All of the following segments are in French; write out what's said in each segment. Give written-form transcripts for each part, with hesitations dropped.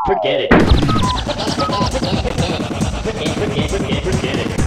Forget it. Forget it.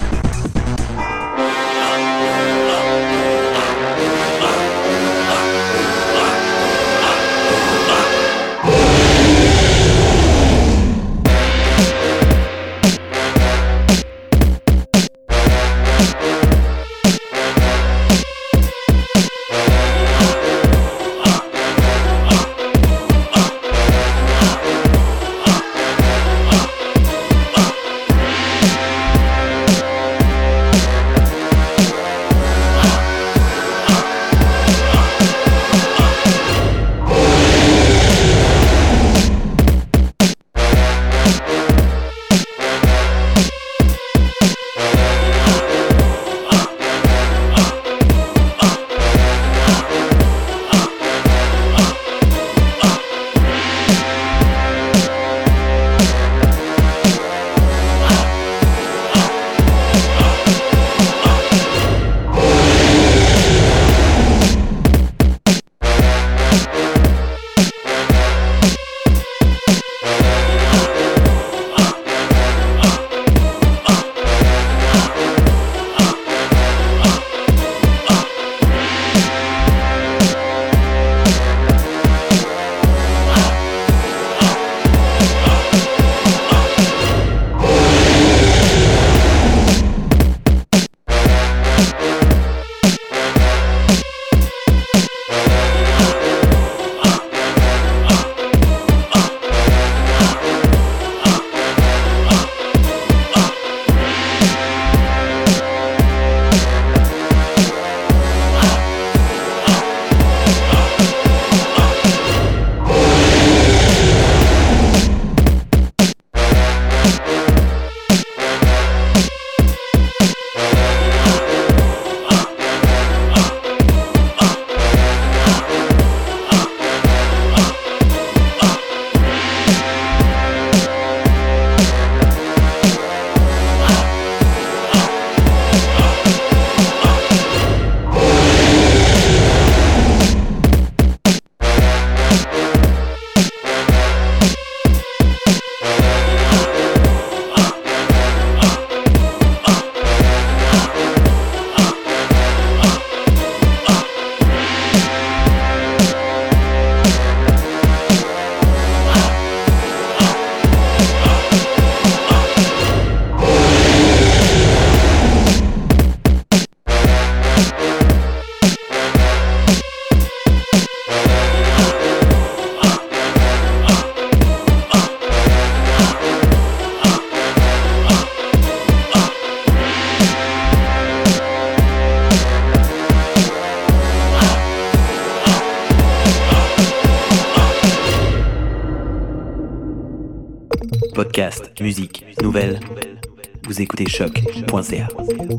Podcast, musique, nouvelles. Vous écoutez choc.ca.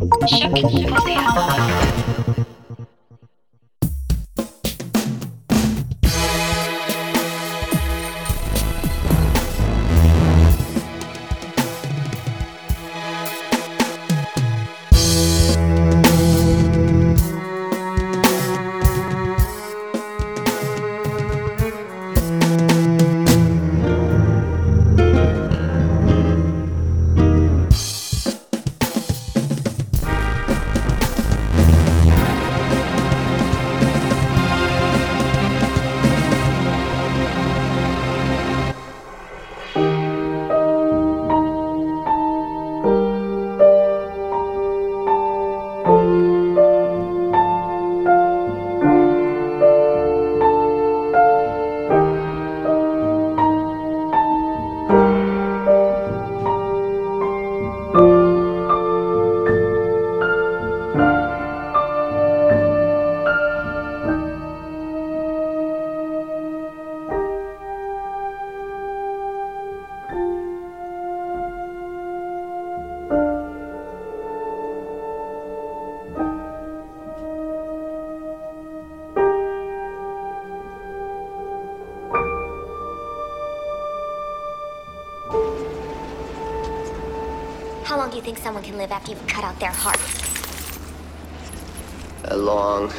How long do you think someone can live after you've cut out their heart? Long.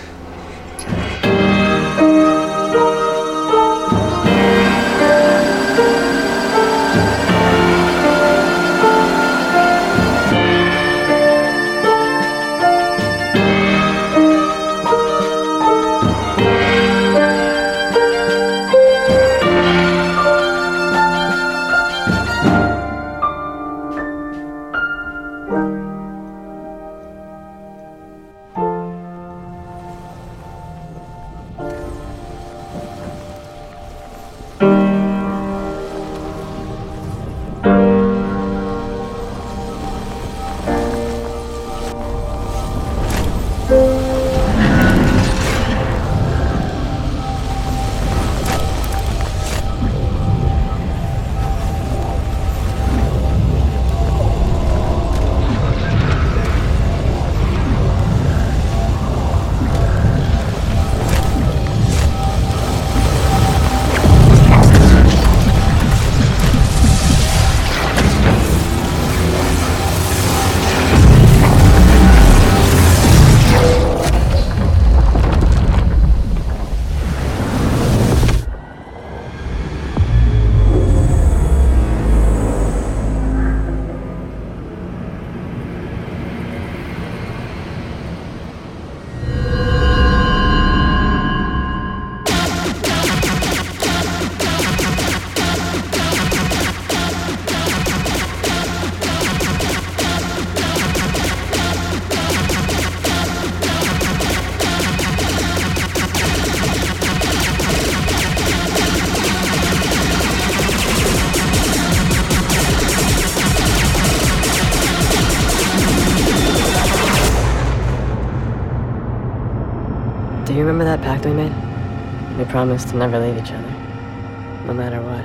you remember that pact we made? We promised to never leave each other, no matter what.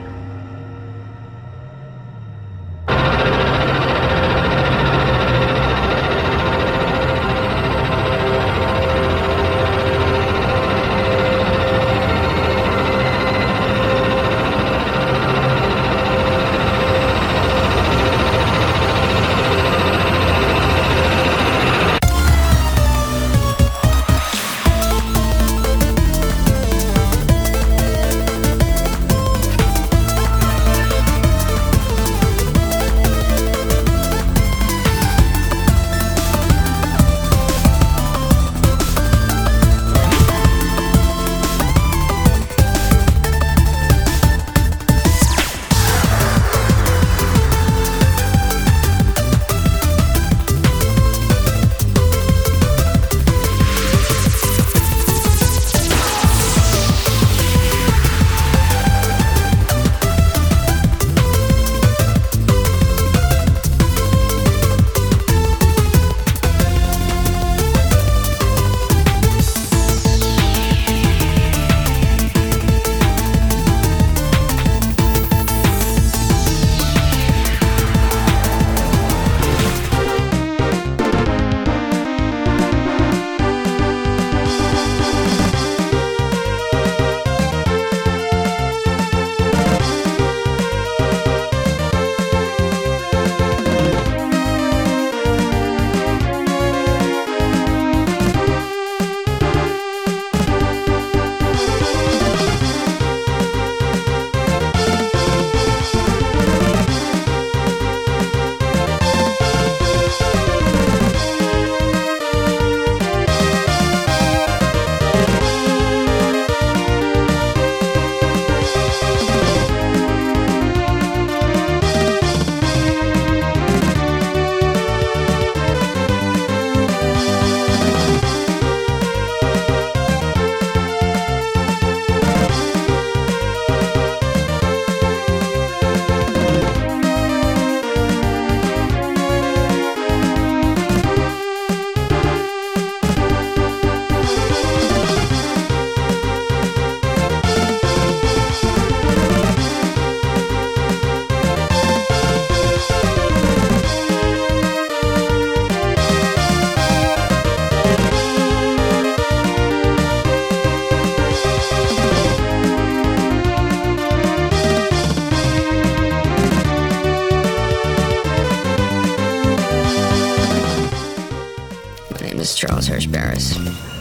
Charles Hirsch Barris.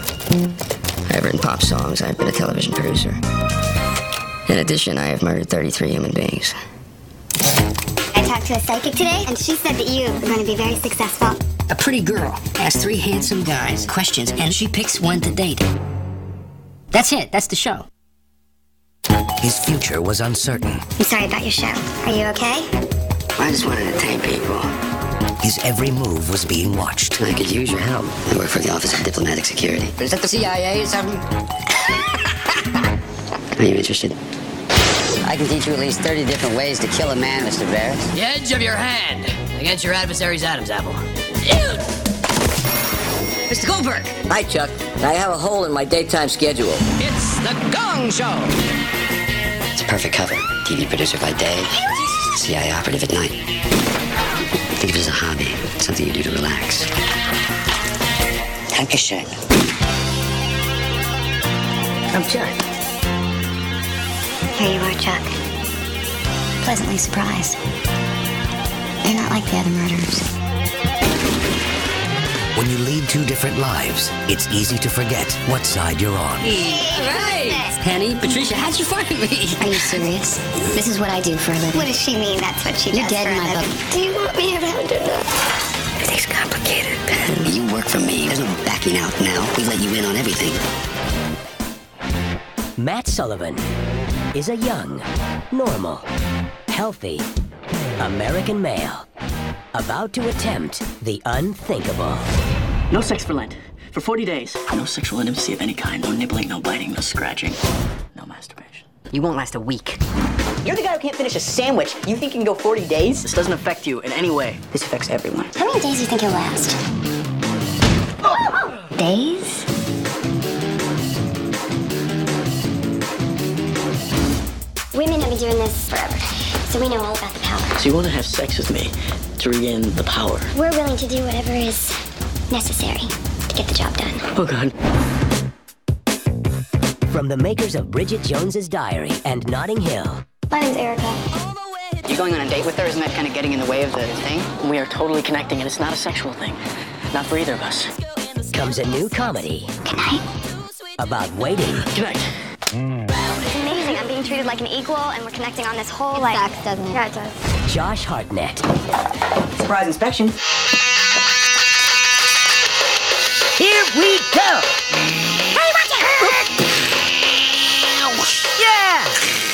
I've written pop songs. I've been a television producer. In addition, I have murdered 33 human beings. I talked to a psychic today, and she said that you are going to be very successful. A pretty girl asks 3 handsome guys questions, and she picks one to date. That's it. That's the show. His future was uncertain. I'm sorry about your show. Are you okay? I just want to entertain people. His every move was being watched. I could use your help. I work for the Office of Diplomatic Security. Is that the CIA or something? Are you interested? I can teach you at least 30 different ways to kill a man, Mr. Barris. The edge of your hand against your adversary's Adam's apple. Mr. Goldberg! Hi, Chuck. I have a hole in my daytime schedule. It's the Gong Show. It's a perfect cover. TV producer by day, CIA operative at night. Think of it as a hobby, something you do to relax. Dankeschön. I'm Chuck. Here you are, Chuck. Pleasantly surprised. You're not like the other murderers. When you lead 2 different lives, it's easy to forget what side you're on. Right! Penny, Patricia, how'd you find me? Are you serious? This is what I do for a living. What does she mean that's what she does? You're dead for in a my living? book. Do you want me around or not? Everything's complicated, Ben. You work for me. There's no backing out now. We let you in on everything. Matt Sullivan is a young, normal, healthy American male about to attempt the unthinkable. No sex for Lent. For 40 days. No sexual intimacy of any kind. No nibbling, no biting, no scratching. No masturbation. You won't last a week. You're the guy who can't finish a sandwich. You think you can go 40 days? This doesn't affect you in any way. This affects everyone. How many days do you think you'll last? Days? Women have been doing this forever, so we know all about the power. So you want to have sex with me to regain the power? We're willing to do whatever is necessary to get the job done. Oh, God. From the makers of Bridget Jones's Diary and Notting Hill. My name's Erica. You going on a date with her? Isn't that kind of getting in the way of the thing? We are totally connecting, and it's not a sexual thing. Not for either of us. Comes a new comedy. Good night. About waiting. Good night. It's amazing. I'm being treated like an equal, and we're connecting on this whole, sucks, doesn't it? Yeah, it does. Josh Hartnett. Surprise inspection. Here we go! Hey, watch it! Yeah!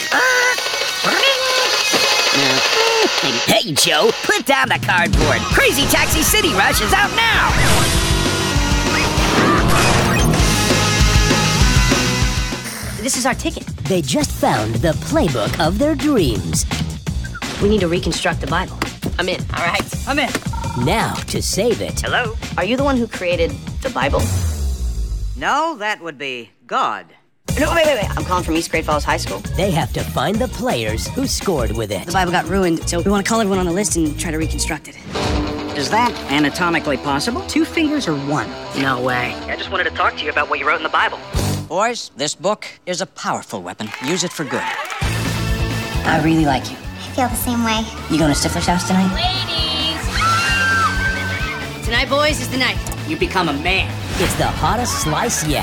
Hey, Joe, put down the cardboard. Crazy Taxi City Rush is out now! This is our ticket. They just found the playbook of their dreams. We need to reconstruct the Bible. I'm in. All right, I'm in. Now, to save it, Hello? Are you the one who created the Bible? No, that would be God. No, wait. I'm calling from East Great Falls High School. they have to find the players who scored with it. The Bible got ruined, so we want to call everyone on the list and try to reconstruct it. Is that anatomically possible? 2 fingers or 1? No way. I just wanted to talk to you about what you wrote in the Bible. Boys, this book is a powerful weapon. Use it for good. I really like you. I feel the same way. You going to Stifler's house tonight? Ladies! Tonight, boys, is the night. You become a man. It's the hottest slice yet.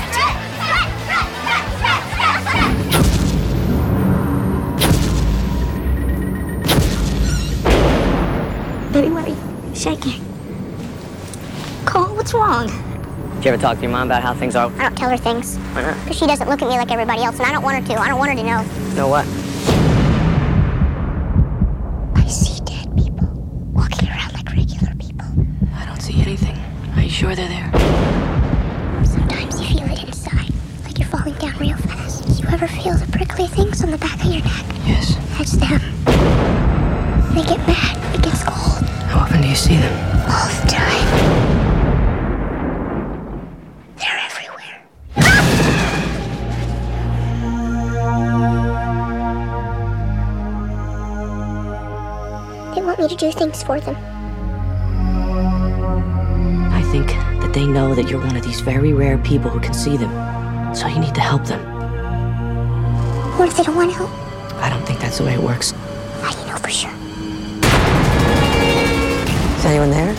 Baby, why are you shaking? Cole, what's wrong? Did you ever talk to your mom about how things are? I don't tell her things. Why not? Because she doesn't look at me like everybody else, and I don't want her to. I don't want her to know. Know what? I see dead people walking around like regular people. I don't see anything. Are you sure they're there? Sometimes you feel it inside, like you're falling down real fast. You ever feel the prickly things on the back of your neck? Yes. That's them. They get mad. It gets cold. How often do you see them? All the time. They're everywhere. They want me to do things for them. I think that they know that you're one of these very rare people who can see them. So you need to help them. What if they don't want help? I don't think that's the way it works. How do you know for sure? Is anyone there?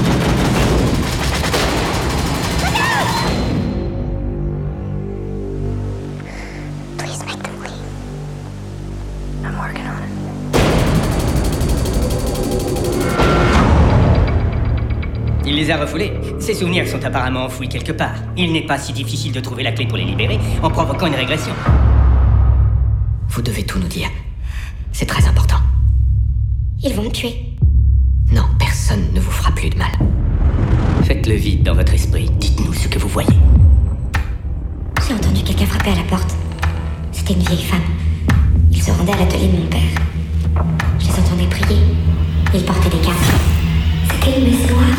Please make them leave. I'm working on it. Il les a refoulés. Ces souvenirs sont apparemment enfouis quelque part. Il n'est pas si difficile de trouver la clé pour les libérer en provoquant une régression. Vous devez tout nous dire. C'est très important. Ils vont me tuer. Non, personne ne vous fera plus de mal. Faites le vide dans votre esprit. Dites-nous ce que vous voyez. J'ai entendu quelqu'un frapper à la porte. C'était une vieille femme. Ils se rendaient à l'atelier de mon père. Je les entendais prier. Ils portaient des casques. C'était une messe noire.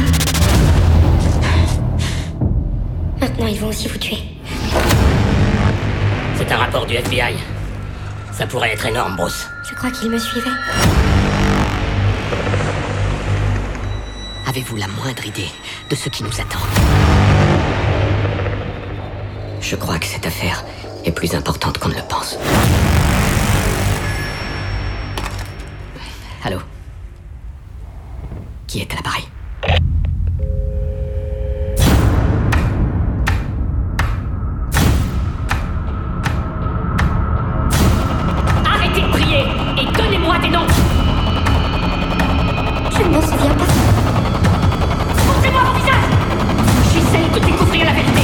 Maintenant, ils vont aussi vous tuer. C'est un rapport du FBI. Ça pourrait être énorme, Bruce. Je crois qu'ils me suivaient. Avez-vous la moindre idée de ce qui nous attend? Je crois que cette affaire est plus importante qu'on ne le pense. Allô? Qui est à l'appareil? Arrêtez de prier et donnez-moi des noms. Je ne me souviens pas. Montrez-moi vos visages. J'essaie de découvrir la vérité.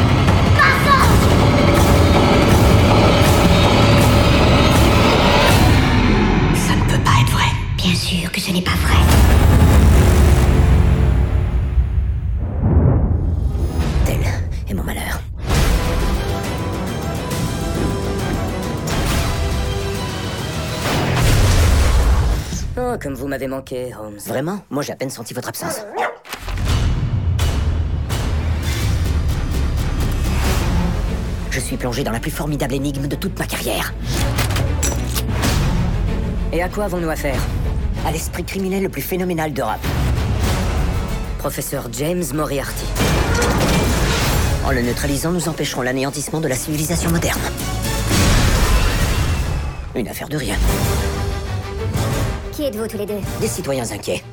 Ça ne peut pas être vrai. Bien sûr que ce n'est pas vrai. Tel est mon malheur. Oh, comme vous m'avez manqué, Holmes. Vraiment? Moi, j'ai à peine senti votre absence. Je suis plongé dans la plus formidable énigme de toute ma carrière. Et à quoi avons-nous affaire? À l'esprit criminel le plus phénoménal d'Europe. Professeur James Moriarty. En le neutralisant, nous empêcherons l'anéantissement de la civilisation moderne. Une affaire de rien. Qui êtes-vous tous les deux? Des citoyens inquiets.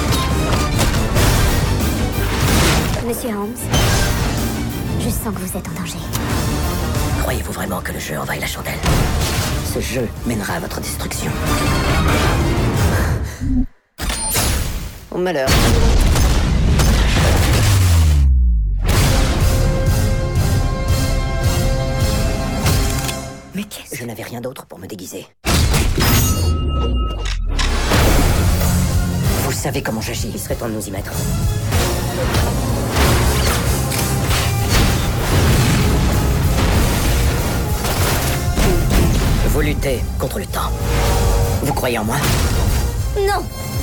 Monsieur Holmes, je sens que vous êtes en danger. Croyez-vous vraiment que le jeu en vaille la chandelle? Ce jeu mènera à votre destruction. Au malheur. Mais qu'est-ce? Je n'avais rien d'autre pour me déguiser. Vous savez comment j'agis. Il serait temps de nous y mettre. Vous luttez contre le temps. Vous croyez en moi? Non!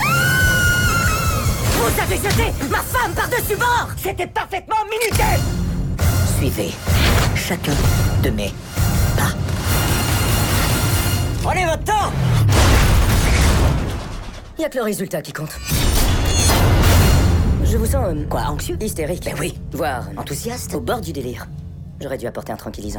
Vous avez jeté ma femme par-dessus bord! C'était parfaitement minuté! Suivez chacun de mes pas. Prenez votre temps! Il n'y a que le résultat qui compte. Je vous sens... quoi, anxieux? Hystérique. Ben oui. Voire enthousiaste. Au bord du délire. J'aurais dû apporter un tranquillisant.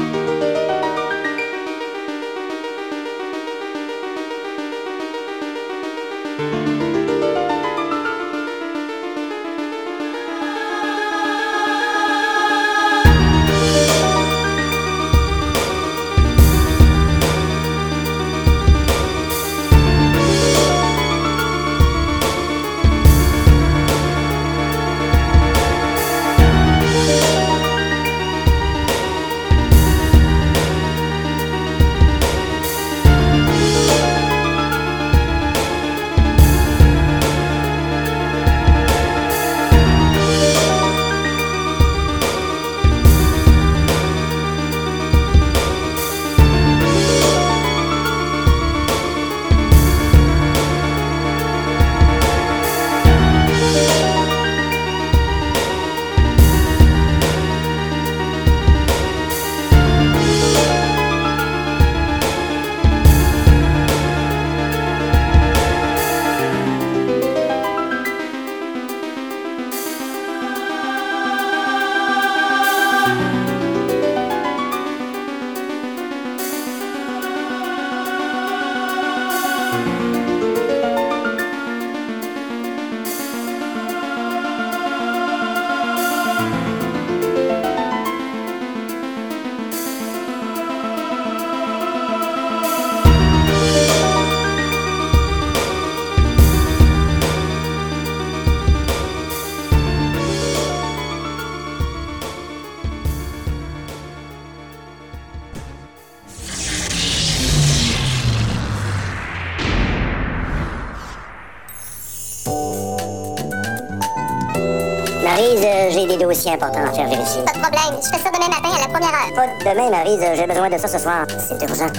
Maryse, j'ai des dossiers importants à faire vérifier. Pas de problème, je fais ça demain matin à la première heure. Pas demain, Maryse, j'ai besoin de ça ce soir. C'est urgent.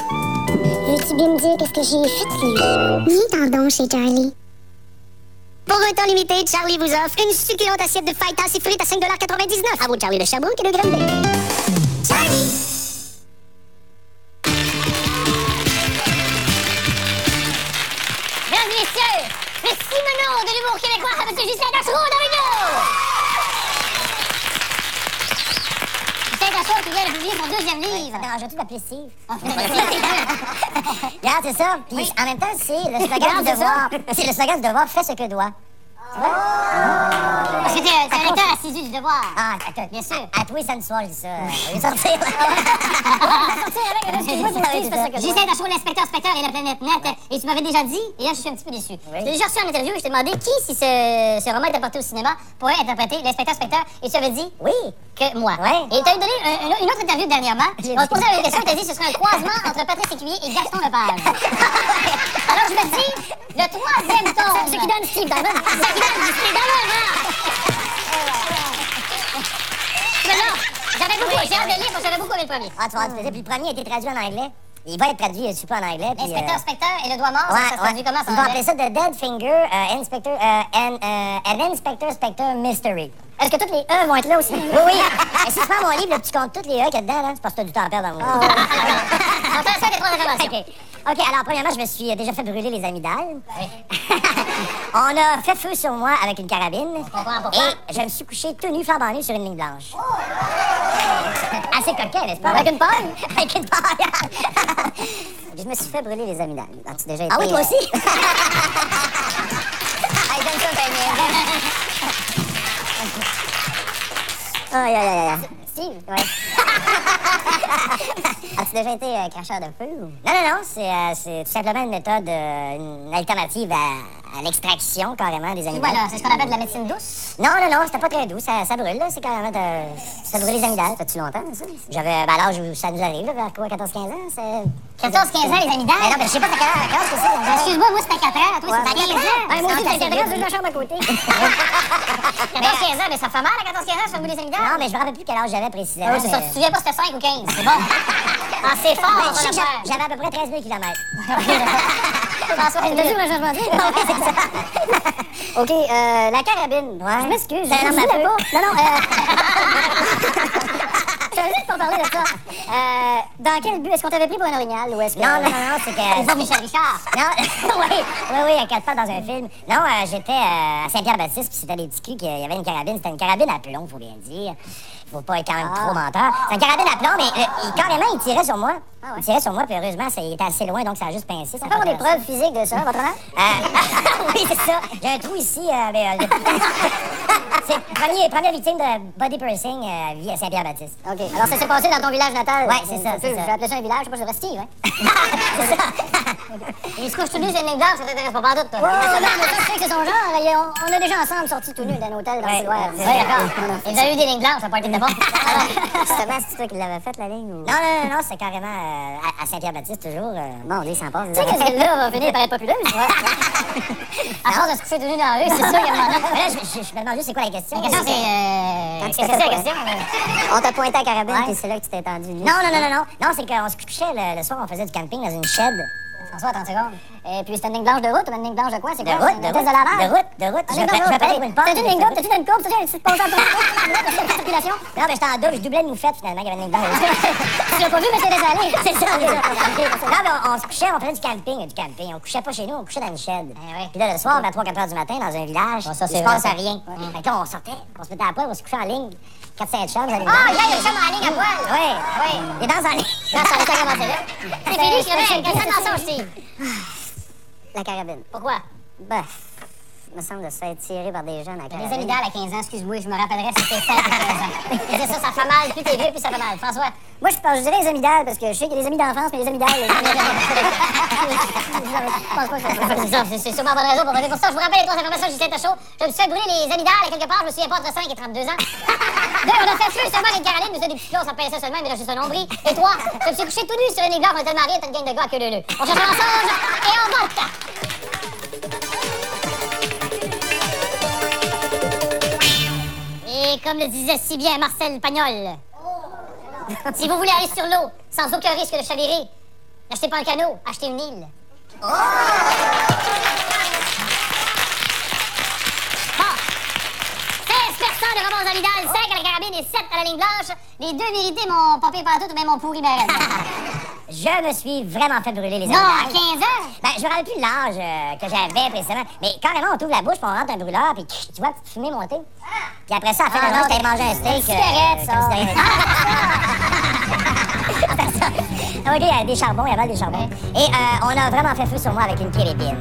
Veux-tu bien me dire qu'est-ce que j'ai fait, lui? Viens t'en donc chez Charlie. Pour un temps limité, Charlie vous offre une succulente assiette de fajitas et frites à 5,99 $. À vous, Charlie de Sherbrooke et de Granby. Charlie! Mesdames et messieurs, le Simonon de l'humour québécois, M. Justin Tachereau avec nous! Justin Tachereau qui vient de publier son deuxième livre. Ça dérange-tu d'appeler Steve? Regarde, c'est ça. Puis oui. En même temps, c'est le slogan du devoir. C'est le slogan du devoir, fais ce que doit. Tu vois? Parce que t'es un lecteur assidu du devoir. Ah, bien sûr. À tous les samedis soirs, je dis ça. Je vais sortir. Justin Tachereau, l'inspecteur de la planète Net. Et tu m'avais déjà dit, et là, je suis un petit peu déçu. Oui. J'ai déjà reçu en interview et je t'ai demandé qui, si ce roman est apporté au cinéma, pourrait interpréter l'inspecteur. Et tu avais dit oui, que moi. Ouais. Et tu as donné une autre interview dernièrement. On se posait la question et tu as dit que ce serait un croisement entre Patrice Écuyer et Gaston Lepage. Alors je me dis, le troisième tome. Ce qui donne Steve Diamond. Ce qui donne Steve Diamond. Mais non, j'ai hâte de lire parce que j'avais beaucoup aimé le premier. Ah, tu vas te puis le premier a été traduit en anglais. Il va être traduit super en anglais. L'inspecteur et le doigt mort, ça se traduit comment ça? Ils vont appeler ça The Dead Finger, an Inspector Spectre Mystery. Est-ce que toutes les E vont être là aussi? Oui. Et si tu prends mon livre, tu comptes toutes les E qu'il y a dedans, là, c'est parce que t'as du temps à perdre dans mon livre. Attends, ça, des trois références. OK. OK, alors, premièrement, je me suis déjà fait brûler les amygdales. On a fait feu sur moi avec une carabine. Et je me suis couché tout nu, flambant nu sur une ligne blanche. Assez coquet, n'est-ce pas? Avec une paille? Avec une paille. Je me suis fait brûler les amygdales. As-tu déjà été... Ah oui, toi aussi? Hey, donne ça, Aïe, aïe, aïe, aïe. Steve? Ouais. As-tu déjà été cracheur de feu? Ou... Non, c'est tout simplement une méthode, une alternative à l'extraction, carrément, des amygdales. Voilà, c'est ce qu'on appelle de la médecine douce? Non, c'était pas très doux. Ça brûle, là. C'est carrément ça brûle les amygdales. Ça fait-tu longtemps, ça? J'avais, à l'âge où ça nous arrive, là, vers quoi, 14-15 ans? 14-15 ans, les amygdales? Mais non, mais je sais pas, t'as quel âge que c'est? Excuse-moi, moi, c'était 4 ans. Toi, c'est 15 ans. Moi aussi, c'était 4 ans, c'est la chambre à côté. 14-15 ans, mais ça fait mal à 14-15 ans, ça brûle les amygdales? Non, mais je me rappelle plus quel âge j'avais précisément. Ah oui, c'est ça. Tu te souviens pas, c'était 5 ou 15. C'est bon. Ah, c'est fort, je sais que j'avais à peu près 13 000 km. François, tu mesures le changement de vie? Oui, c'est ça. OK, la carabine. Ouais. Je m'excuse. C'est un homme à feu. Non. Je savais juste pas parler de ça. Dans quel but? Est-ce qu'on t'avait pris pour un orignal ou est-ce que... Non, c'est que... C'est pas Michel Richard. Non, oui, à 4 pattes dans un film. Non, j'étais à Saint-Pierre-Baptiste, puis c'était des petits culs, il y avait une carabine. C'était une carabine à plomb, faut bien dire. Faut pas être quand même trop menteur. C'est une carabine à plomb, mais carrément, il tirait sur moi. Ah ouais. Il tirait sur moi, puis heureusement, il était assez loin, donc ça a juste pincé. On peut avoir des preuves physiques de ça, votre honneur? Oui, c'est ça. J'ai un trou ici, mais... c'est première victime de body piercing à Saint-Pierre-Baptiste. OK. Alors, ça s'est passé dans ton village natal? Oui, c'est ça. Je vais appeler ça un village, je sais pas, je devrais Steve, hein? C'est ça. Il se couche tout nu sur une ligne blanche, ça t'intéresse pas partout, toi? Non, mais ça, je sais que c'est son genre. On a déjà ensemble sorti tout nu d'un hôtel dans le couloir. Oui, d'accord. Et vous avez eu des lignes blanches, ça n'a pas été de bon. Justement, c'est toi qui l'avais faite, la ligne? Ou... Non, c'est carrément à Saint-Pierre-Baptiste, toujours. Bon, on s'en passe. Tu sais que cette ville-là va finir par être populeuse? À force de se coucher tout nu dans la rue, c'est sûr qu'il y a un moment. Là, je me demande juste c'est quoi la question. La question, c'est... Qu'est-ce que c'est la question? On t'a pointé à carabine, puis c'est là que tu t'es tendu. Non, c'est qu'on se couchait le soir, on faisait du camping dans une shed. François, 30 secondes. Et puis, c'était une ligne blanche de route ou une ligne blanche de quoi? C'est quoi? De route. De route. Je m'appelais pour une pente. T'as-tu une ligne d'eau? T'as-tu une courbe? T'as-tu une pause en circulation? Non, mais j'étais en double. Je doublais une moufette, finalement, il y avait une ligne blanche. Tu l'as pas vu, mais c'est désolé. C'est ça. Non, mais on se couchait, on faisait du camping. On couchait pas chez nous, on couchait dans une shed. Puis là, le soir, vers 3-4 heures du matin, dans un village, il se passe rien. Fait que là, on sortait, on se mettait à poil, on se couchait en ligne. 4-5 chums, vous Ah, il y a une chambre en ligne à poil. Oui. Et dans en ligne. Ça a commencé là. C'est fini, je suis quelle attention, Steve? La carabine. Pourquoi? Ben, il me semble de se faire tirer par des jeunes à carabine. Les amygdales à 15 ans, excuse-moi, je me rappellerai si c'était fait à 15 ans. Je dis ça fait mal, plus t'es vieux, plus ça fait mal. François? Moi, je dirais les amygdales, parce que je sais qu'il y a des amis d'enfance, mais les amygdales... Je pense pas que c'est sûrement bonne raison pour donner pour ça. Je vous rappelle les 3 informations du Justin Tachaud. Je me suis fait brûler les amygdales à quelque part, je me souviens pas, entre 5 et 32 ans. 2, on a fait feu seulement avec Caroline, nous a des petits plots, ça paraissait seulement, mais là, juste un nombril. Et 3, je me suis couché tout nu sur une igloire, on était mariés, t'as une gang de gars à queue leu. On cherche un mensonge et on vote! Et comme le disait si bien Marcel Pagnol, si vous voulez aller sur l'eau sans aucun risque de chavirer, n'achetez pas un canot, achetez une île. Bon. 16 personnes de romans amygdales, 5 à la carabine et 7 à la ligne blanche. Les 2 vérités m'ont pas payé partout, mais m'ont pourri ma raide. Je me suis vraiment fait brûler les amygdales. Non, à 15 ans? Ben, je me rappelle plus l'âge que j'avais précédemment. Mais carrément, on t'ouvre la bouche, puis on rentre un brûleur, puis tu vois, tu fumée monter. Puis après ça, à la fin de la journée, t'allais manger un steak. Cigarette, ça. OK, il y a des charbons, il y avait des charbons. Et on a vraiment fait feu sur moi avec une carabine.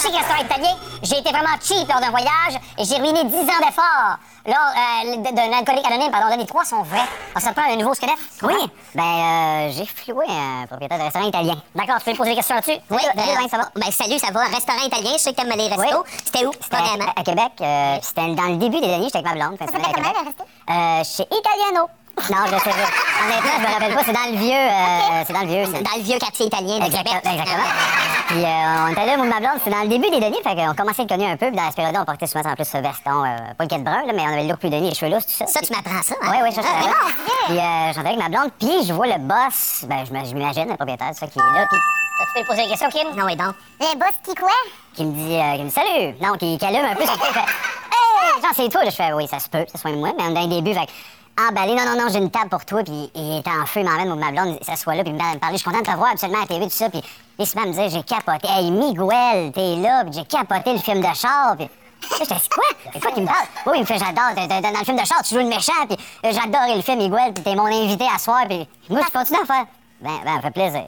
chic restaurant italien. J'ai été vraiment cheap lors d'un voyage et j'ai ruiné 10 ans d'efforts. D'un alcoolique anonyme, pardon, là, les 3 sont vrais. Alors, ça te prend un nouveau squelette? Oui. J'ai floué un propriétaire de restaurant italien. D'accord, tu peux me poser des questions là-dessus? Oui, ça va. Ben, salut, ça va. Un restaurant italien, je sais que t'aimes les restos. Oui. C'était où? C'était à Québec. C'était dans le début des années, j'étais avec ma blonde. Ça s'appelle comment, le resto? Chez Italiano. Non, je sais pas. Honnêtement, je me rappelle pas. C'est dans le vieux. Okay. C'est dans le vieux. Dans le vieux quartier italien de Québec. Exactement. Puis on était là, moi et ma blonde, c'était dans le début des Denis, fait qu'on commençait à être connus un peu. Puis dans la période, on portait souvent en plus ce veston, pas le quête brun, là, mais on avait le look plus Denis, les cheveux lousses, tout ça. Ça, tu m'apprends ça? Hein? Oui, ça, je savais. Puis j'entendais avec ma blonde, puis je vois le boss, ben je m'imagine, le propriétaire, ça qui est là, puis tu peux lui poser des questions, Kim? Non, oui, donc. Le boss qui quoi? Qui me dit salut. Non, qui allume un peu son fait hey, genre, c'est toi, là, je fais oui, ça se peut, ça soit moi, mais on est dans les débuts, fait emballé, non, j'ai une table pour toi, puis il était en feu, il m'emmène, ma blonde, s'assoit là, puis il me parlait, je suis content de te voir absolument à la TV, tout ça, puis il se met à me dire, j'ai capoté, hey, Miguel, t'es là, puis j'ai capoté le film de char, puis j'étais dit, quoi? C'est quoi qui me parle? Oui, il me fait, j'adore, dans le film de char, tu joues le méchant, puis j'adorais le film, Miguel, puis t'es mon invité à soir, puis moi, je continue à faire. Ben, ça fait plaisir.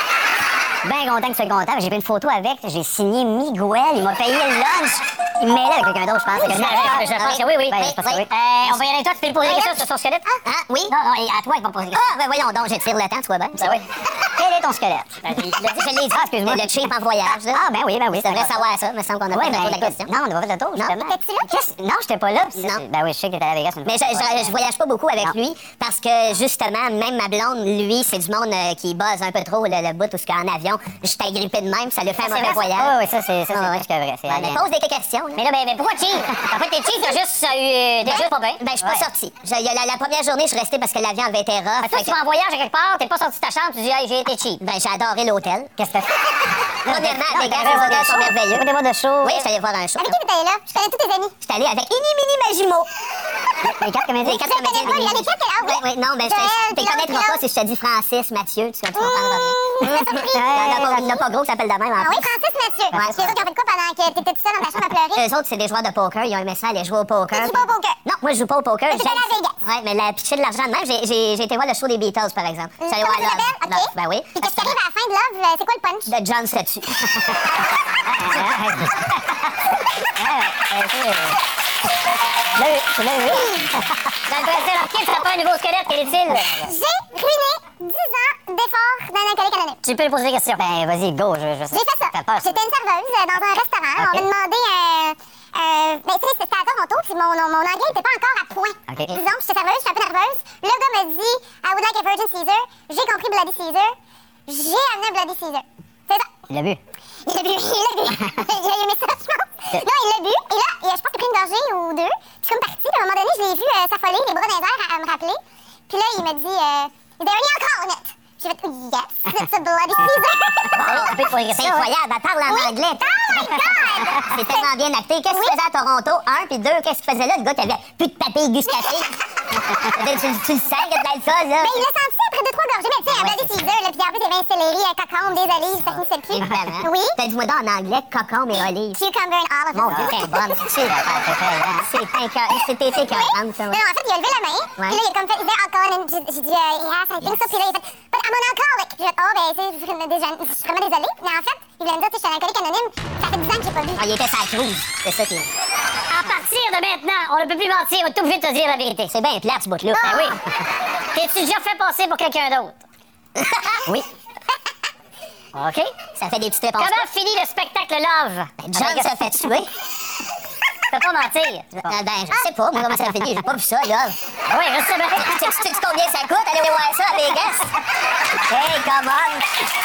Ben content que tu sois content. J'ai pris une photo avec, j'ai signé Miguel, il m'a payé le lunch. Il me mêlait avec quelqu'un d'autre, je pense. Je pense que oui. On va y aller avec toi, tu peux lui poser des questions sur son squelette? Oui? Non, à toi, il va me poser des questions. Ben voyons donc, j'étire le temps, tu vois bien. Ben oui. Quel est ton squelette? Je l'ai dit, excuse-moi. Le cheap en voyage. Ah, ben oui. Tu devrais savoir ça, me semble qu'on a pas fait le tour de la question. Non, on a pas fait le tour, justement. T'étais-tu là? Non, j'étais pas là. Ben oui, je sais que t'étais à Vegas. Mais je voyage pas beaucoup avec lui, parce que justement, même ma blonde, lui, c'est du monde qui buzz un peu trop le bout, parce qu'en avion, j'étais agrippé de même, ça lui fait un mauvais voyage. Oui, ça, c'est vrai. Pose des questions. Mais là, pourquoi cheap? En fait, t'es cheap, t'as juste eu des jours pas bien. Ben, je suis pas sortie. La première journée, je suis restée parce que l'avion avait été rough. Toi, tu vas en voyage à quelque part, t'es pas sorti de ta chambre, tu dis, hey, j'ai été cheap. Ben, j'ai adoré l'hôtel. Qu'est-ce que t'as fait? Premièrement, les gars, les hôtels sont merveilleux. Tu voir de show. Oui, je suis allée voir un show. Avec qui t'es allée là? Je connais tous tes amis. Je suis allée avec Ini Mini Majimo. Les 4 comédiens. Les 4 comédiens. Il y en a 4 oui, non, mais je te connaîtras pas si je te dis Francis, Mathieu, tu comprendras rien. Il n'y en a pas gros qui s'appelle de même. Oui, Francis, Mathieu. Les autres, ils ont fait quoi pendant que t'étais tout seul dans ta chambre à pleurer? Les autres, c'est des joueurs de poker. Ils ont aimé ça aller jouer au poker. Tu joues pas au poker? Non, moi, je joue pas au poker. Mais t'es allée à Vegas. Ouais, mais la pitcher de l'argent de même, j'ai été voir le show des Beatles, par exemple. Comment ça s'appelle? OK. Ben oui. Puis qu'est-ce qui arrive à la fin de Love? C'est quoi le punch? De John Statue. Qui ne pas un nouveau squelette? Quel est-il? J'ai ruiné 10 ans d'efforts d'un alcoolique anonyme. Tu peux lui poser des questions. Ben, vas-y, go. Je sais. J'ai fait ça. J'étais une serveuse dans un restaurant. Okay. On m'a demandé ben, tu sais, c'était à Toronto, puis mon anglais n'était pas encore à point. Okay. Disons, j'étais serveuse, j'étais un peu nerveuse. Le gars m'a dit, I would like a Virgin Caesar. J'ai compris Bloody Caesar. J'ai amené un Bloody Caesar. C'est ça. Il l'a bu. Il l'a bu. J'ai aimé ça, je pense. Non, il l'a bu. Et là, je pense qu'il a pris une gorgée ou deux. Puis je suis comme partie. Puis à un moment donné, je l'ai vu s'affoler, les bras dans les airs à me rappeler. Puis là, il m'a dit, is there any alcohol in it? J'ai fait, yes, it's a Bloody Caesar. C'est incroyable, elle parle en anglais. Oh my God! C'est tellement bien acté. Qu'est-ce qu'il faisait à Toronto? 1, puis 2, qu'est-ce qu'il faisait là? Le gars qui avait plus de papilles gustatives. tu le sais que de l'alcool, là. Ben, il l'a senti après 2-3 gorgées, mais tu sais, un Bloody Caesar, là, puis en plus, il y avait un céleri, un cocombe, des olives, ça finissait plus. Évidemment. Oui. Dis-moi donc en anglais, cocombe et olive. Cucumber and olive. Mon Dieu, quelle bonne. C'était écœurant, ça. Non, en fait, il a levé la main, puis là, il a comme fait, is there alcohol? J'ai dit, yes, I think so. Puis là, il a fait, but I'm an alcoholic. J'ai fait, oh, ben, je suis vraiment désolée. Mais en fait, il voulait me dire, tu sais, je suis un alcoolique anonyme. Ça fait 10 ans que j'ai pas vu. Ah, il était sa cruise. C'est ça qui est. À partir de maintenant, on ne peut plus mentir, on va tout obligé de te dire la vérité. C'est bien plate, ce bout-là. Ben oui. T'es-tu déjà fait passer pour quelqu'un d'autre? Oui. OK. Ça fait des petites réponses. Comment finit le spectacle Love? John se fait tuer. Tu peux pas mentir. Ben, je sais pas, moi, comment ça finit. J'ai pas vu ça, là. Oui, je sais bien. Tu sais combien ça coûte? Allez voir ça à Vegas. Hey, come on.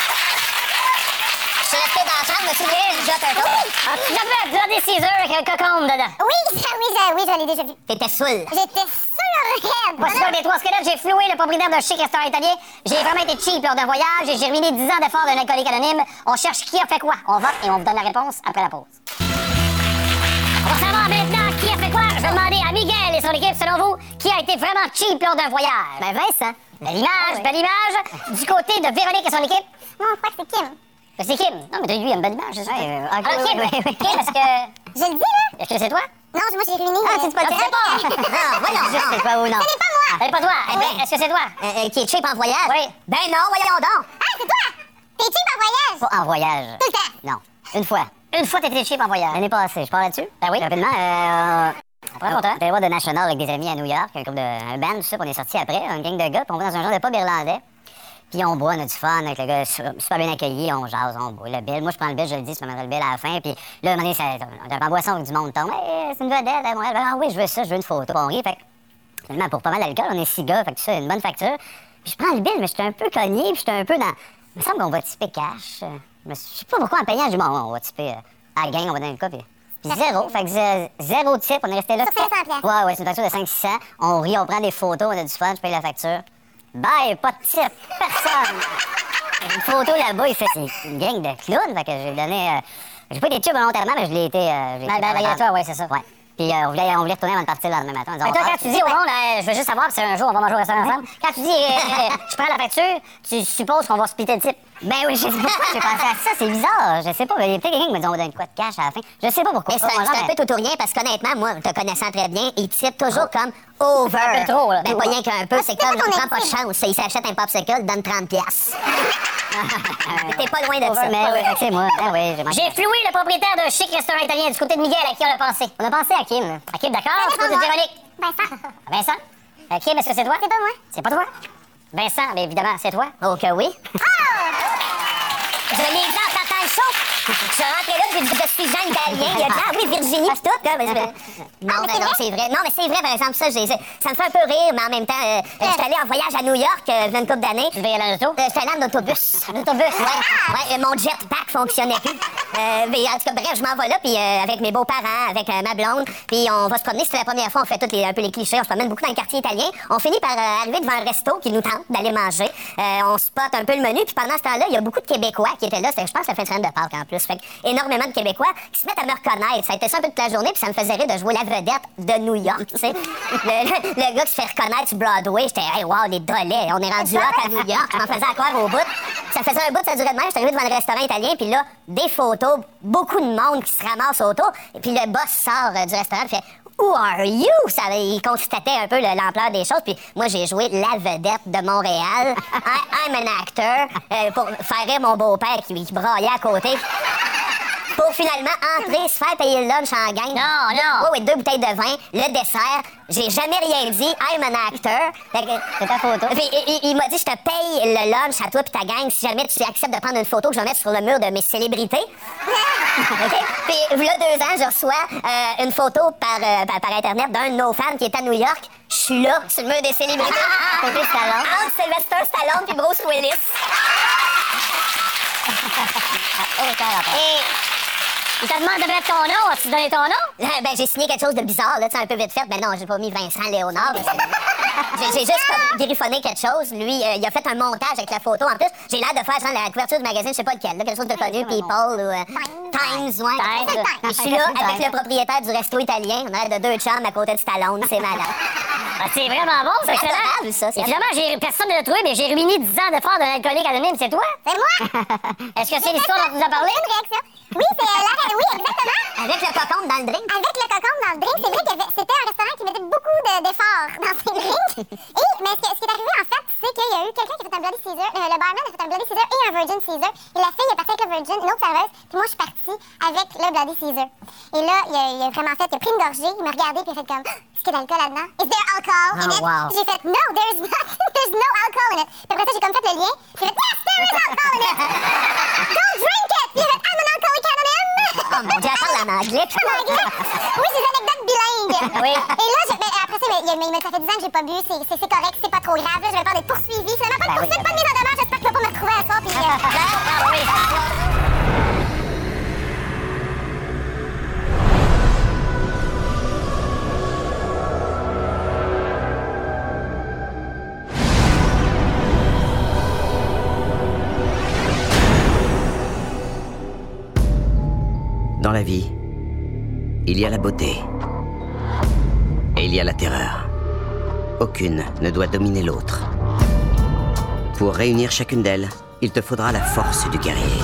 Je suis resté dans la chambre, me souviens, je joue un tour. Tu l'as fait Bloody Caesar avec un cocombe dedans. Oui, je l'ai déjà vu. T'étais saoul. J'étais sûre. Voici donc les 3 squelettes. J'ai floué le propriétaire d'un chic restaurant italien. J'ai vraiment été cheap lors d'un voyage et j'ai ruiné 10 ans d'efforts d'un alcoolique anonyme. On cherche qui a fait quoi. On vote et on vous donne la réponse après la pause. On va savoir maintenant qui a fait quoi. Je vais demander à Miguel et son équipe, selon vous, qui a été vraiment cheap lors d'un voyage. Ben, Vincent. Belle image. Du côté de Véronique et son équipe. Non, je crois que c'est Kim. C'est Kim. Non, mais lui, il a une bonne image, c'est ça. Alors, Kim, est-ce que... Je le dis, là. Est-ce que c'est toi? Non, moi, j'ai ruiné. Ah, c'est pas toi. Non, voyons. C'est pas ou non. Ce n'est pas moi. C'est pas toi. Eh bien, est-ce que c'est toi? Qui est cheap en voyage? Oui. Ben non, voyons donc. Ah, c'est toi. T'es cheap en voyage? Pas en voyage. Tout le temps. Non. Une fois. Une fois, t'étais cheap en voyage. L'année passée, je parle là-dessus? Ben oui. Rapidement, on prend content. j'allais voir The National avec des amis à New York, un band, tout ça, puis on est sortis après, une gang de gars, puis on va dans un genre de pub irlandais. Puis on boit, on a du fun avec le gars, super bien accueilli, on jase, on boit le bill. Moi, je prends le bill, je le dis, tu me mets le bill à la fin. Puis là, un moment donné, on est en boisson avec du monde, tombe, hey, c'est une vedette à Montréal. Ah oui, je veux ça, je veux une photo. On rit, fait que, finalement, pour pas mal d'alcool, on est 6 gars, fait que tout ça, une bonne facture. Puis je prends le bill, mais j'étais un peu cogné, puis j'étais un peu dans. Il me semble qu'on va tiper cash. Je sais pas pourquoi en payant, je dis, bon, on va tiper à la gang, on va donner le cas, puis zéro. Fait que zéro tip, on est resté là. Sur 500 piastres. Ouais, c'est une facture de 500-600. On rit, on prend des photos, on a du fun, je paye la facture. Bye, pas de tip, personne. Une photo là-bas, il fait une gang de clowns, fait que j'ai donné. J'ai pas été tué volontairement, mais je l'ai été. Malgré ouais, c'est ça. Ouais. Puis on voulait retourner avant de partir le lendemain matin. Mais toi, quand tu dis au monde, je veux juste savoir, si un jour on va manger au restaurant ensemble, quand tu dis, je prends la facture, tu supposes qu'on va splitter le type. Ben oui, je sais pas pourquoi j'ai pensé à ça, c'est bizarre. Je sais pas, il y a peut-être quelqu'un qui me dit on va donner quoi de cash à la fin. Je sais pas pourquoi. Mais c'est un peu tout ou rien, parce qu'honnêtement, moi, te connaissant très bien, il tire toujours comme over. Un peu trop, là. Ben pas rien qu'un peu, c'est comme, on prend pas de chance. Il s'achète un popsicle, donne 30 piastres. T'es pas loin de ça. Mais oui, c'est moi. Ben oui, j'ai floué le propriétaire d'un chic restaurant italien du côté de Miguel, à qui on a pensé. On a pensé à Kim. À Kim, d'accord? Du côté de Véronique. Vincent? Kim, est-ce que c'est toi? C'est pas moi. C'est pas toi? Vincent, bien évidemment, c'est toi. Oh que oui. Je l'ai vu en partant le show. Je suis rentrée là, puis je suis Jean italien. Il a dit, ah oui, Virginie, pis tout. Non, c'est vrai. Non, mais c'est vrai, par exemple, ça me fait un peu rire, mais en même temps, je suis allée en voyage à New York, il y a une couple d'années. Tu devais aller en auto? Je suis allée en autobus. En autobus? Ouais, mon jetpack fonctionnait plus. Mais en tout cas, bref, je m'en vais là, puis avec mes beaux-parents, avec ma blonde, puis on va se promener. C'était la première fois, on fait un peu les clichés, on se promène beaucoup dans le quartier italien. On finit par arriver devant un resto qui nous tente d'aller manger. On spot un peu le menu, puis pendant ce temps-là, il y a beaucoup de Québécois qui étaient là. Je pense que ça fait une semaine de Pâques en plus. Fait énormément de Québécois qui se mettent à me reconnaître. Ça a été ça un peu toute la journée, puis ça me faisait rire de jouer la vedette de New York, tu sais. Le gars qui se fait reconnaître sur Broadway, j'étais, hey, wow, les dolets, on est rendu hot à New York. Je m'en faisais à croire au bout. Ça faisait un bout, ça durait de même. J'étais arrivé devant le restaurant italien, puis là, des photos, beaucoup de monde qui se ramasse autour. Et puis le boss sort du restaurant, puis fait, Who are you? Il constatait un peu l'ampleur des choses. Puis moi, j'ai joué la vedette de Montréal. I'm an actor. Pour faire rire mon beau-père qui braillait à côté. Pour finalement entrer, se faire payer le lunch en gang. Non. Oui, 2 bouteilles de vin, le dessert. J'ai jamais rien dit. I'm an actor. C'est ta photo. Puis, il m'a dit, je te paye le lunch à toi puis ta gang si jamais tu acceptes de prendre une photo que je vais mettre sur le mur de mes célébrités. Okay? Puis, il y a 2 ans, je reçois une photo par Internet d'un de nos fans qui est à New York. Je suis là, sur le mur des célébrités. Entre Sylvester Stallone puis Bruce Willis. Et il te demande de mettre ton nom. As-tu donné ton nom? Ben, j'ai signé quelque chose de bizarre, là, tu sais, un peu vite fait. Ben non, j'ai pas mis Vincent Léonard. J'ai juste griffonné quelque chose. Lui, il a fait un montage avec la photo. En plus, j'ai l'air de faire genre la couverture du magazine, je sais pas lequel, là, quelque chose de connu, People ou Times, ouais. Je suis là avec le propriétaire du resto italien. On a l'air de 2 chums à côté de Stallone. C'est malade. Ah, c'est vraiment bon, c'est adorable, ça. Évidemment, personne ne l'a trouvé, mais j'ai ruiné 10 ans d'efforts d'un alcoolique anonyme, c'est toi? C'est moi! Est-ce que c'est l'histoire dont tu nous as parlé? Oui, c'est oui, exactement. Avec le cocombe dans le drink? Avec le cocombe dans le drink, c'est vrai que c'était un restaurant qui mettait beaucoup d'efforts dans ses drinks. Mais ce qui est arrivé, en fait, c'est qu'il y a eu quelqu'un qui a fait un Bloody Caesar, le barman a fait un Bloody Caesar et un Virgin Caesar. Et la fille est partie avec le Virgin, une autre serveuse, puis moi, je suis partie avec le Bloody Caesar. Et là, il a vraiment fait, il a pris une gorgée, il m'a regardé, puis il a fait comme, est-ce qu'il y a de l'alcool là-dedans? Is there alcohol in it? Wow. J'ai fait, no, there's no alcohol in it. Puis après ça, j'ai comme fait le lien. J'ai fait, yes, there is alcohol in it. Don't drink it. Puis il a fait, I'm an alcoholic anonym. Oh mon Dieu, elle parle en anglais. Oui, c'est des anecdotes bilingues. Oui. Et là, après ça, ça fait 10 ans que j'ai pas bu, c'est correct, c'est pas trop grave. Là, je vais peur d'être poursuivie. C'est pas de poursuite, pas de mise en demeure. J'espère que tu vas pas me retrouver à soir. Puis, Dans la vie, il y a la beauté et il y a la terreur. Aucune ne doit dominer l'autre. Pour réunir chacune d'elles, il te faudra la force du guerrier,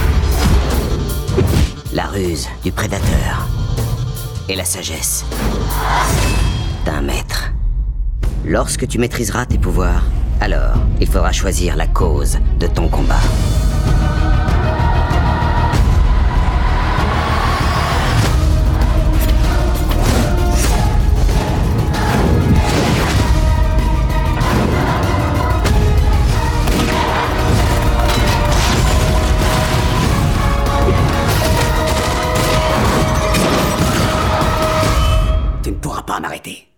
la ruse du prédateur et la sagesse d'un maître. Lorsque tu maîtriseras tes pouvoirs, alors il faudra choisir la cause de ton combat. pas à m'arrêter.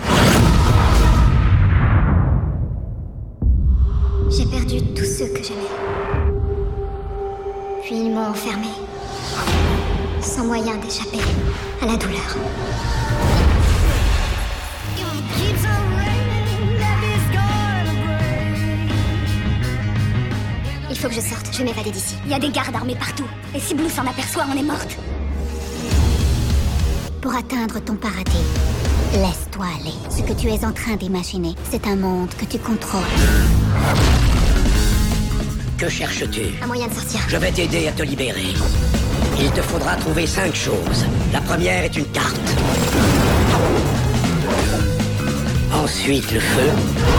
J'ai perdu tous ceux que j'aimais. Puis ils m'ont enfermé, sans moyen d'échapper à la douleur. Il faut que je sorte, je vais m'évader d'ici. Il y a des gardes armés partout. Et si Blue s'en aperçoit, on est morte. Pour atteindre ton paradis, laisse-toi aller. Ce que tu es en train d'imaginer, c'est un monde que tu contrôles. Que cherches-tu? Un moyen de sortir. Je vais t'aider à te libérer. Il te faudra trouver 5 choses. La première est une carte. Ensuite, le feu.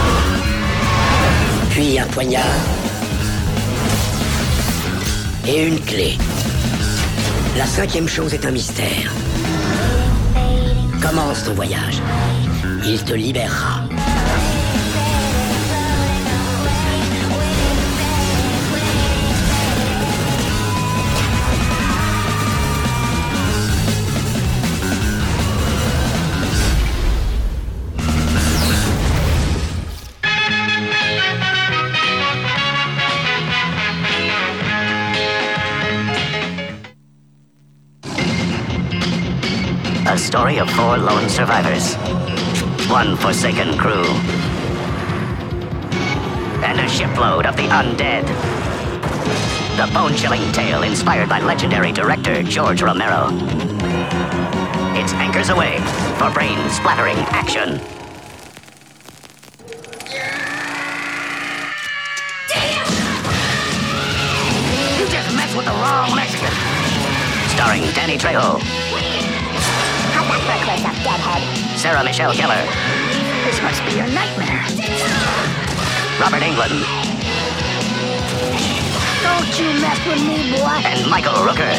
Puis un poignard. Et une clé. La 5e chose est un mystère. Commence ton voyage. Il te libérera. A story of 4 lone survivors, 1 forsaken crew, and a shipload of the undead. The bone-chilling tale inspired by legendary director George Romero. It's anchors away for brain-splattering action. You just messed with the wrong Mexican. Starring Danny Trejo. Close up, deadhead. Sarah Michelle Gellar. This must be your nightmare. Robert Englund. Don't you mess with me, boy. And Michael Rooker.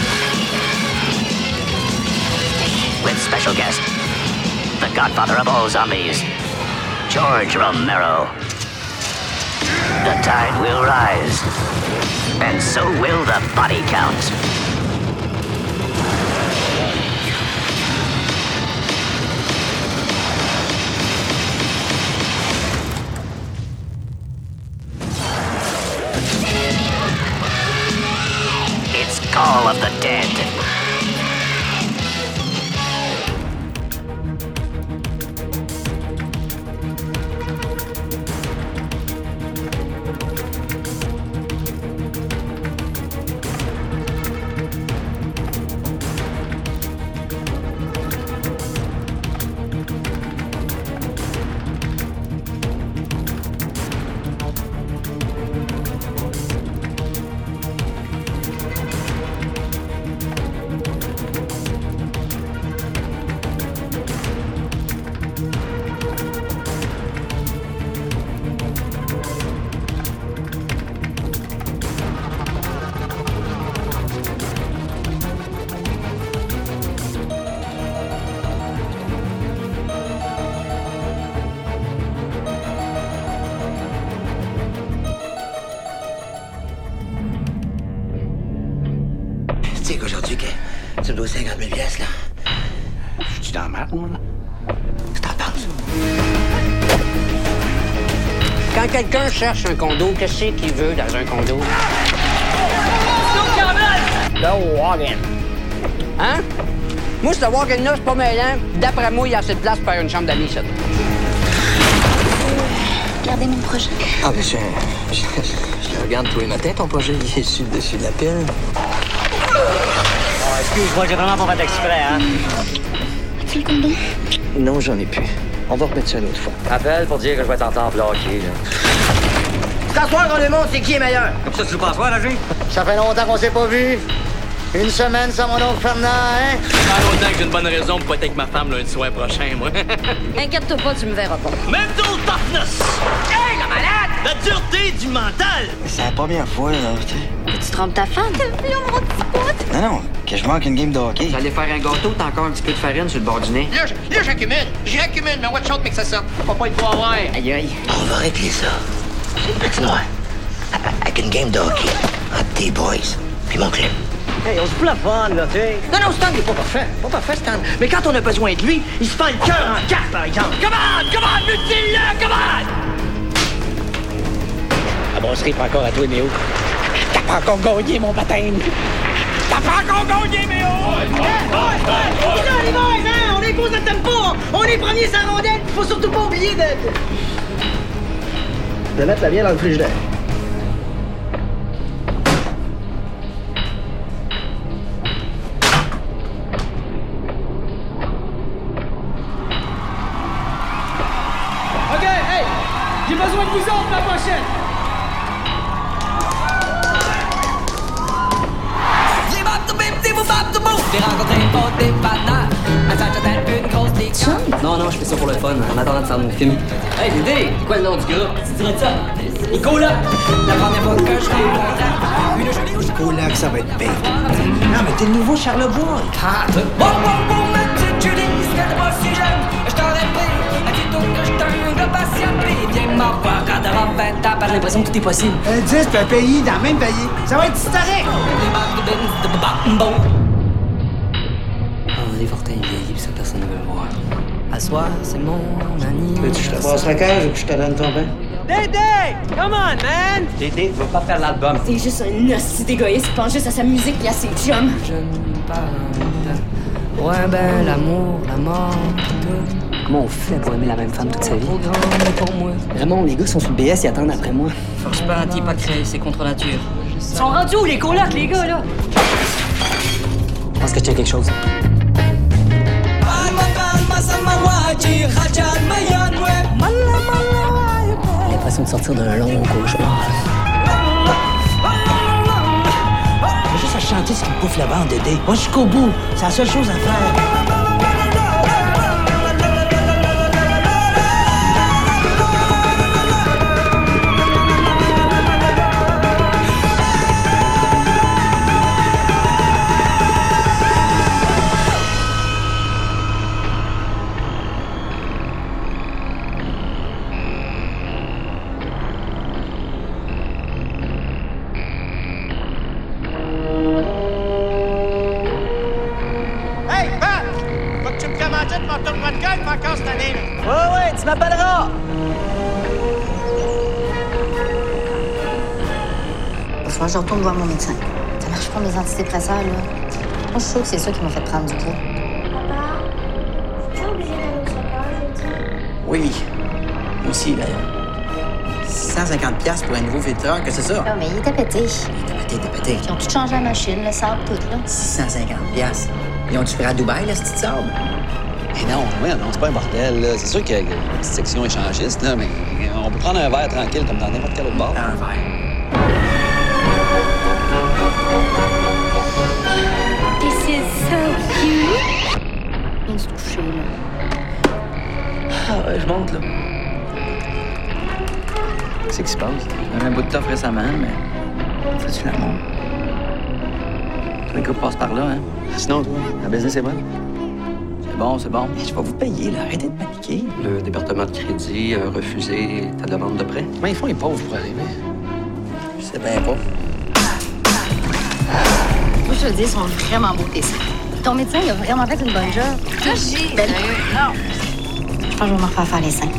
With special guest, the godfather of all zombies, George Romero. The tide will rise, and so will the body count. Call of the Dead. Tu sais qu'aujourd'hui, tu me dois 50 000 piastres, là. Je suis dans la merde, moi, là. Qu'est-ce que t'en penses? Quand quelqu'un cherche un condo, qu'est-ce qu'il veut dans un condo? Le walk-in. Hein? Moi, ce walk-in-là, c'est pas mêlant. D'après moi, il y a assez de place pour faire une chambre d'amis, ça. Regardez mon projet. Ah, mais je le regarde tous les matins, ton projet. Il est sur le dessus de la pile. Oh, excuse-moi, j'ai vraiment pas fait exprès, hein? As-tu le condom? Non, j'en ai plus. On va remettre ça une autre fois. Appelle pour dire que je vais t'entendre bloquer, là. Ce soir, on démontre c'est qui est meilleur. Comme ça, tu le passes, là, G? Ça fait longtemps qu'on s'est pas vu. Une semaine sans mon oncle Fernand, hein? Ça fait longtemps que j'ai une bonne raison pour être avec ma femme lundi soir prochain, moi. Inquiète-toi pas, tu me verras pas. Mental toughness! Hey, la malade! La dureté du mental! C'est la première fois, là, tu sais. Tu trompes ta femme? T'as vu mon petit pote? Non, que je manque une game de hockey. J'allais faire un gâteau, t'as encore un petit peu de farine sur le bord du nez. Là, j'accumule, mais watch out, mais que ça sorte. Faut pas être voir. Aïe, aïe. On va régler ça. C'est noir. Avec une game de hockey. Entre tes boys. Puis mon club. Hey, on se fout la fun, là, tu sais. Non, Stan, il est pas parfait. Pas parfait, Stan. Mais quand on a besoin de lui, il se fait le cœur en quatre, par exemple. Come on, mutile-le, come on! La brasserie prend encore à toi, Méo. T'as pas encore gagné, mon baptême. T'as pas encore gagné, Méo! C'est ça, les boys, hein? On impose le tempo. On est premiers sans rondelle. Faut surtout pas oublier de mettre la bière dans le frigidaire. OK, hey! J'ai besoin de vous autres la prochaine! J'ai rencontré une pote des bananes. Elle s'achète une grosse décante. Non, je fais ça pour le fun, en attendant de faire mon film. Hey, Dédé, c'est quoi le nom du groupe? Tu dirais ça? Nicolas! La première fois que je l'ai une jolie Nicolas, ça va être bête. Non, mais t'es le nouveau Charlebois. Bon, ma petite Julie, si t'étais pas si jeune, je t'aurais pris. Un tuto que je t'en gars patient. Viens m'avoir quand t'auras 20 ans, par l'impression que tout est possible. 10 puis un pays dans le même pays. Ça va être historique. Les Fortin vieillit, pis ça, personne ne veut le voir. À soir, c'est mon anniversaire. Veux-tu que je te passe la cage ou que je te donne ton pain? Dédé! Come on, man! Dédé, va pas faire l'album. C'est juste un hostie d'égoïste qui pense juste à sa musique et à ses chums. Je me parle. Ouais, ben, l'amour, la mort, tout. Comment on fait pour aimer la même femme toute sa vie? Trop grand pour moi. Vraiment, les gars sont sur le BS, ils attendent après moi. Force pas, dis pas créer, c'est contre nature. Ils sont rendus où, les colocs, les gars, là? Je pense que tu as quelque chose. J'ai l'impression de sortir d'un long cauchemar. J'ai juste à chanter ce qui me bouffe la bande, Dédé. Va jusqu'au bout. C'est la seule chose à faire. Ouais, tu m'appelleras! Ce soir, je retourne voir mon médecin. Ça marche pas, mes antidépresseurs, là. Moi, je suis sûre que c'est ça qui m'a fait prendre du poids. Papa, tu es obligé d'aller au soccer jeudi? Oui, moi aussi, d'ailleurs. 150$ pour un nouveau filtreur, que c'est ça? Ah, mais il était pété. Il était pété. Ils ont tout changé la machine, le sable, tout, là. 650$. Ils ont-tu fait à Dubaï, là, ce petit sable? Mais non, c'est pas un bordel, là. C'est sûr qu'il y a une petite section échangiste, là, mais on peut prendre un verre tranquille, comme dans n'importe quel autre bar. Un verre. This is so cute. Il vient de se toucher, là. Ah ouais, je monte, là. Qu'est-ce qui se passe? J'avais un bout de toffe récemment, mais... Ça, tu la montes. Tous les gars passent par là, hein? Sinon, toi, la business est bonne? C'est bon. Je vais vous payer, là. Arrêtez de paniquer. Le département de crédit a refusé ta demande de prêt. Comment ils font les pauvres pour arriver? Je sais bien pas. Moi, je te dis, ils sont vraiment beaux, tes seins. Ton médecin, il a vraiment fait une bonne job. Là, j'ai... Non. Je pense que je vais me refaire faire les seins.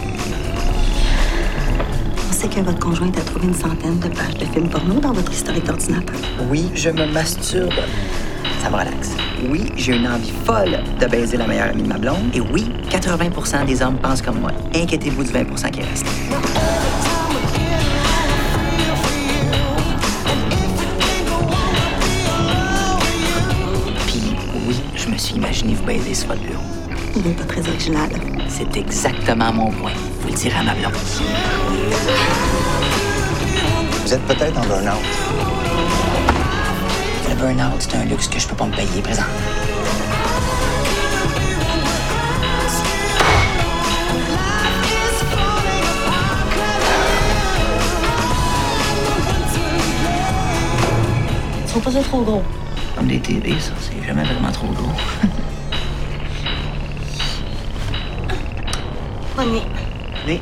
On sait que votre conjointe a trouvé une centaine de pages de films porno dans votre historique d'ordinateur. Oui, je me masturbe. Ça me relaxe. Oui, j'ai une envie folle de baiser la meilleure amie de ma blonde. Et oui, 80% des hommes pensent comme moi. Inquiétez-vous du 20% qui reste. Puis oui, je me suis imaginé vous baiser sur votre bureau. Il n'est pas très original. C'est exactement mon point. Vous le direz à ma blonde. Vous êtes peut-être en burn-out. Le burn-out, c'est un luxe que je peux pas me payer présent. Ils sont pas trop gros. Comme des TV, ça, c'est jamais vraiment trop gros. Bonne nuit. Oui.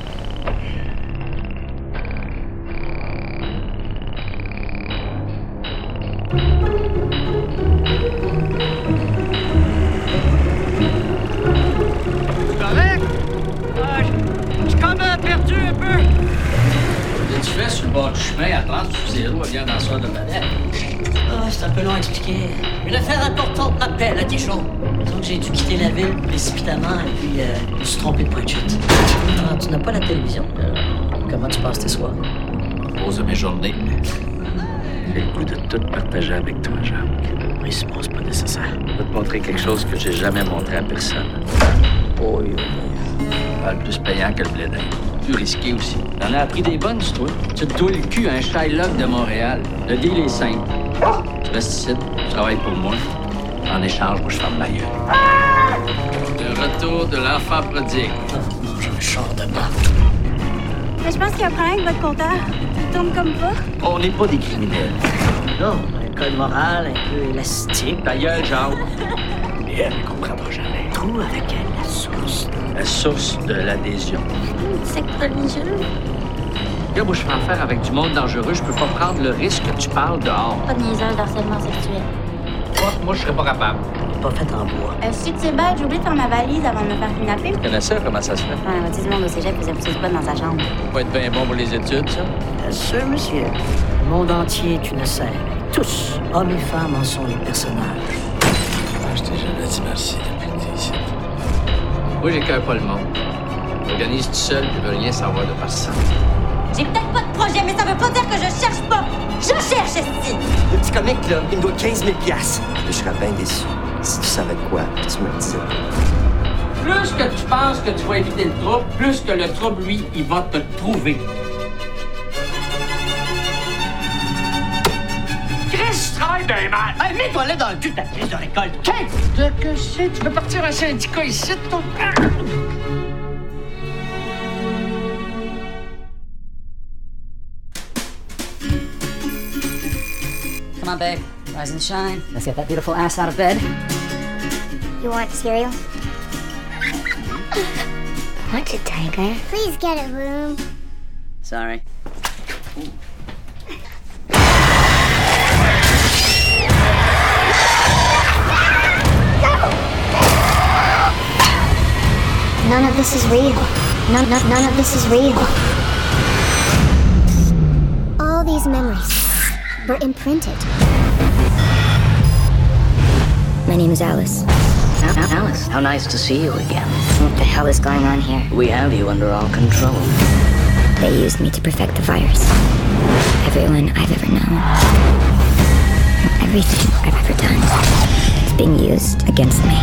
bien danseur de ballet. Ah, c'est un peu long à expliquer. Une affaire importante m'appelle à Dijon. Donc j'ai dû quitter la ville précipitamment et puis je me suis trompé de point de chute. Ah, tu n'as pas la télévision. Comment tu passes tes soirs? Pose de mes journées. J'ai le goût de tout partager avec toi, Jacques. Oui, c'est pas nécessaire. Je vais te montrer quelque chose que j'ai jamais montré à personne. Oh, oui. Pas le plus payant que le blé d'Inde. Plus risqué aussi. T'en as appris des bonnes, toi. Tu te douilles le cul à un Shylock de Montréal. Le deal est simple. Tu restes ici, tu travailles pour moi. En échange, moi, je ferme ma gueule. Le retour de l'enfant prodigue. Je me chante de bas. Mais je pense qu'il y a un problème avec votre compteur. Il tourne comme pas. On n'est pas des criminels. Non, un code moral un peu élastique. Ta gueule, Jacques. Et elle ne comprendra jamais. Trouve avec elle la source. La source de l'adhésion. C'est religieux. Là, moi, je fais affaire avec du monde dangereux. Je peux pas prendre le risque que tu parles dehors. Pas de niaisage d'harcèlement sexuel. Moi, je serais pas capable. Pas fait en bois. Si tu sais bête, j'ai oublié de faire ma valise avant de me faire kidnapper. Tu connais ça? Comment ça se fait? Ouais, la moitié du monde au cégep faisait pousser du pot dans sa chambre. Ça va être bien bon pour les études, ça? Bien sûr, monsieur. Le monde entier est une scène. Tous, hommes et femmes, en sont les personnages. Je t'ai jamais dit merci depuis que t'es ici. Moi, j'écœure pas le monde. J'organise tout seul et je veux rien savoir de personne. J'ai peut-être pas de projet, mais ça veut pas dire que je cherche pas. Je cherche, esti! Le petit comique, là, il me doit 15 000 $. Je serais bien déçu si tu savais de quoi tu me le disais. Plus que tu penses que tu vas éviter le trouble, plus que le trouble, lui, il va te le prouver. Chris, tu travailles d'un mal! Hey, mets-toi là dans le cul de ta crise de récolte. Qu'est-ce que c'est? Tu veux partir un syndicat ici, toi? Come on, babe. Rise and shine. Let's get that beautiful ass out of bed. You want cereal? What's a tiger? Please get a room. Sorry. None of this is real. None of this is real. All these memories were imprinted. My name is Alice. Alice, how nice to see you again. What the hell is going on here? We have you under all control. They used me to perfect the virus. Everyone I've ever known. Everything I've ever done is being used against me.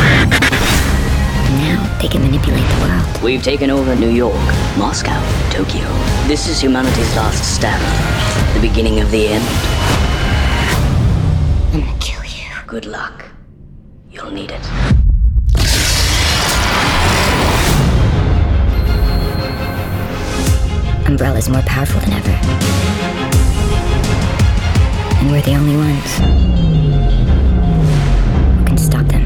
Now they can manipulate the world. We've taken over New York, Moscow, Tokyo. This is humanity's last stand. The beginning of the end. I'm gonna kill you. Good luck. You'll need it. Umbrella's more powerful than ever. And we're the only ones who can stop them.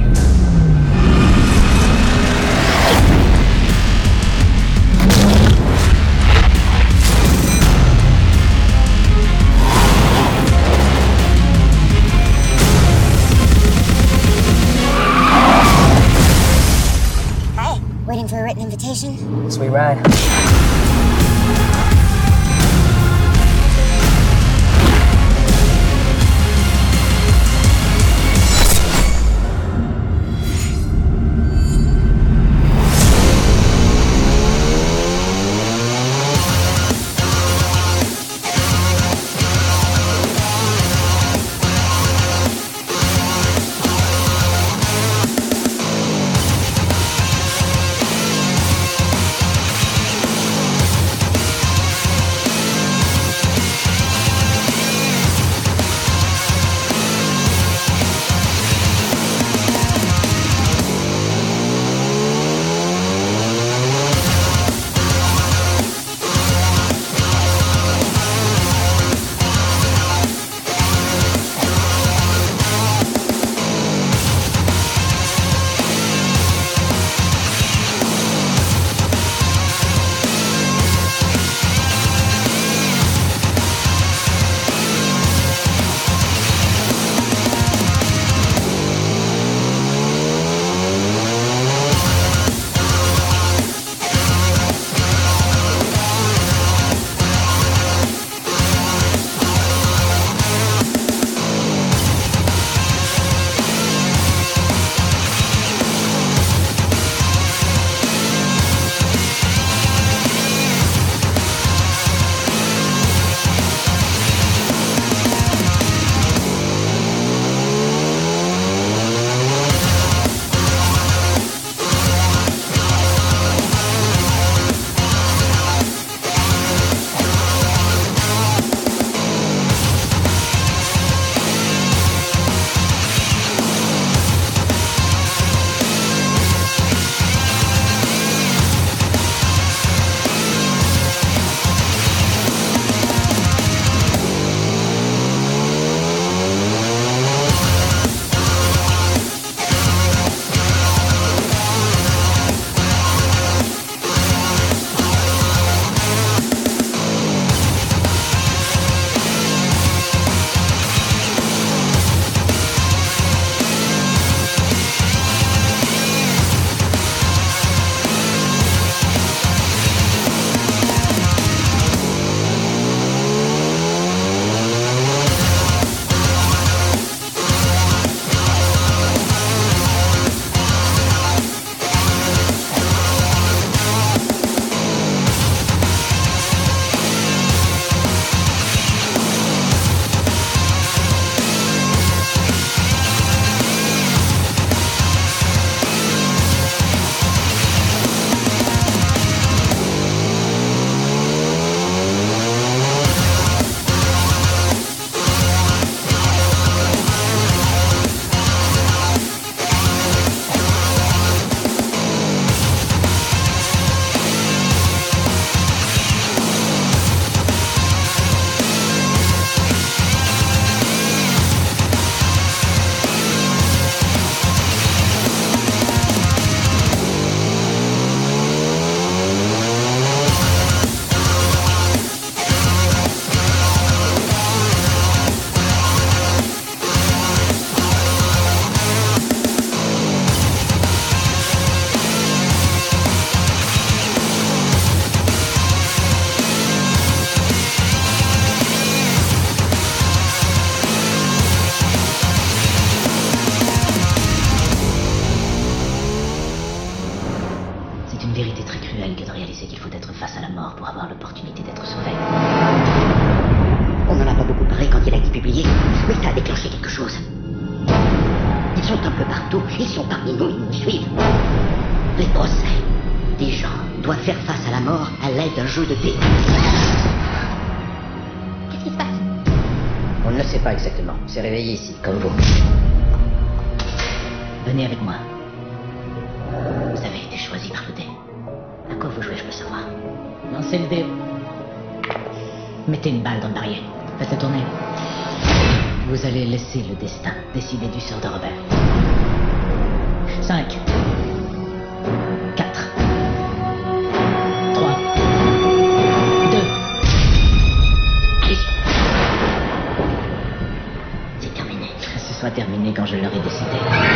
Waiting for a written invitation? Sweet ride. une vérité très cruelle que de réaliser qu'il faut être face à la mort pour avoir l'opportunité d'être sauvé. On n'en a pas beaucoup parlé quand il a été publié, mais ça a déclenché quelque chose. Ils sont un peu partout, ils sont parmi nous, ils nous suivent. Les procès. Des gens doivent faire face à la mort à l'aide d'un jeu de dés. Qu'est-ce qui se passe? On ne le sait pas exactement. C'est réveillé ici, comme vous. Venez avec moi. Vous avez été choisi par le dé. À quoi vous jouez, je peux savoir? Lancez le dé. Mettez une balle dans le barillet. Faites-le tourner. Vous allez laisser le destin décider du sort de Robert. 5. 4. 3. 2. Allez. C'est terminé. Que ce soit terminé quand je l'aurai décidé.